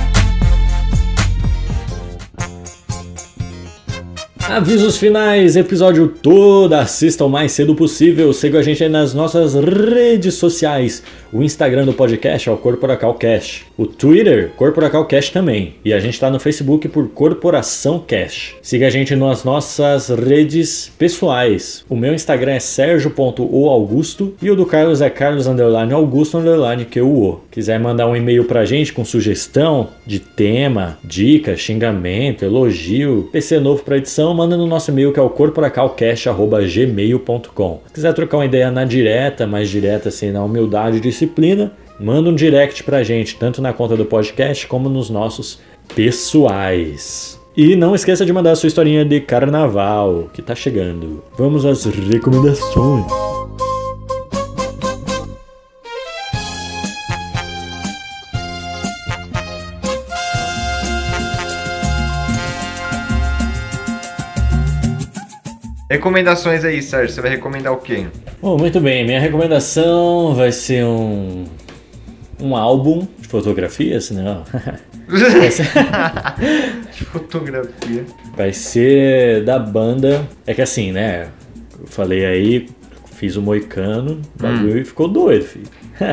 Avisos finais, episódio todo, assista o mais cedo possível, siga a gente aí nas nossas redes sociais, O Instagram do podcast é o CorporaCalCast. O Twitter, CorporaCalCast também. E a gente tá no Facebook por Corporação Cast. Siga a gente nas nossas redes pessoais. O meu Instagram é sergio ponto o augusto e o do Carlos é carlos underline augusto underline que o o. Quiser mandar um e-mail pra gente com sugestão de tema, dica, xingamento, elogio, P C novo pra edição, manda no nosso e-mail que é o corporacalcast arroba gmail ponto com. Se quiser trocar uma ideia na direta, mais direta assim, na humildade e disciplina, manda um direct pra gente, tanto na conta do podcast como nos nossos pessoais. E não esqueça de mandar a sua historinha de carnaval, que tá chegando. Vamos às recomendações. Recomendações aí, Sérgio. Você vai recomendar o quê? Bom, muito bem. Minha recomendação vai ser um um álbum de fotografias, não. Vai ser... de fotografia. Vai ser da banda. É que assim, né? Eu falei aí, fiz o Moicano, o bagulho hum. ficou doido, filho.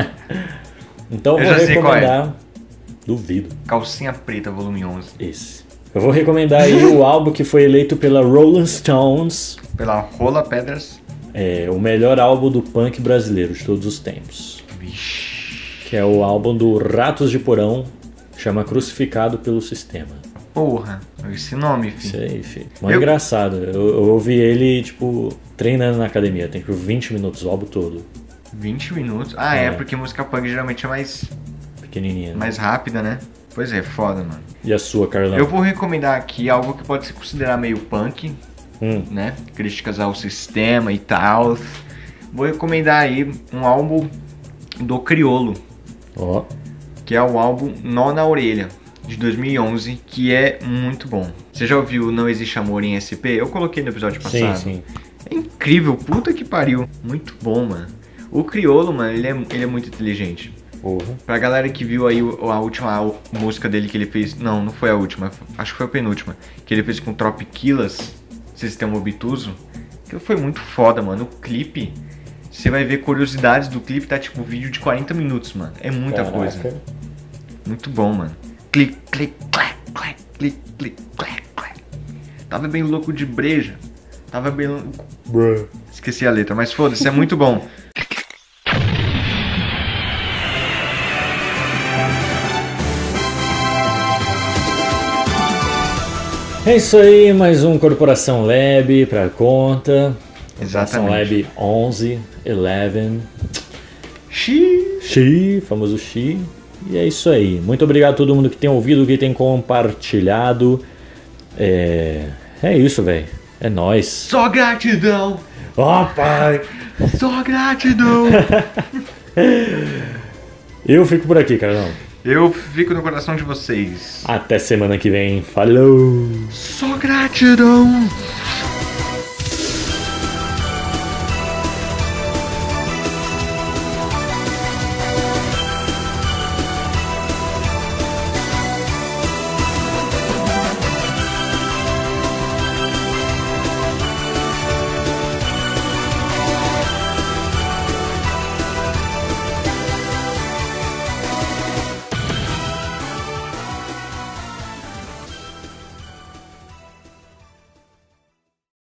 Então eu vou recomendar. É. Duvido. Calcinha Preta, volume onze. Esse. Eu vou recomendar aí o álbum que foi eleito pela Rolling Stones. Pela Rola Pedras. É, o melhor álbum do punk brasileiro de todos os tempos. Vixe. Que é o álbum do Ratos de Porão, chama Crucificado pelo Sistema. Porra, esse nome, filho. Isso aí, filho. Muito eu... engraçado. Eu, eu ouvi ele, tipo, treinando na academia. Tem que vinte minutos, o álbum todo. vinte minutos? Ah, é, é porque música punk geralmente é mais... pequenininha. Né? Mais rápida, né? Pois é, foda, mano. E a sua, Carlão? Eu vou recomendar aqui algo que pode se considerar meio punk, hum. né? Críticas ao sistema e tal. Vou recomendar aí um álbum do Criolo. Ó. Oh. Que é o álbum Nó na Orelha, de dois mil e onze, que é muito bom. Você já ouviu Não Existe Amor em S P? Eu coloquei no episódio passado. Sim, sim. É incrível, puta que pariu. Muito bom, mano. O Criolo, mano, ele é, ele é muito inteligente. Uhum. Pra galera que viu aí a última música dele que ele fez... Não, não foi a última, acho que foi a penúltima. Que ele fez com Tropiquilas, Sistema Obtuso. Que foi muito foda, mano. O clipe, você vai ver curiosidades do clipe, tá tipo um vídeo de quarenta minutos, mano. É muita Caraca. coisa. Muito bom, mano. Clique, clique, clac, clac, clique, clique, clac, clac. Tava bem louco de breja. Tava bem louco... Bruh. Esqueci a letra, mas foda-se, é muito bom. É isso aí, mais um Corporação Lab pra conta. Exatamente. Corporação Lab onze, onze. Xi. Xi, famoso Xi. E é isso aí. Muito obrigado a todo mundo que tem ouvido, que tem compartilhado. É, é isso, velho. É nóis. Só gratidão. Ó, oh, pai. Só gratidão. Eu fico por aqui, Carlão. Eu fico no coração de vocês. Até semana que vem. Falou! Só gratidão!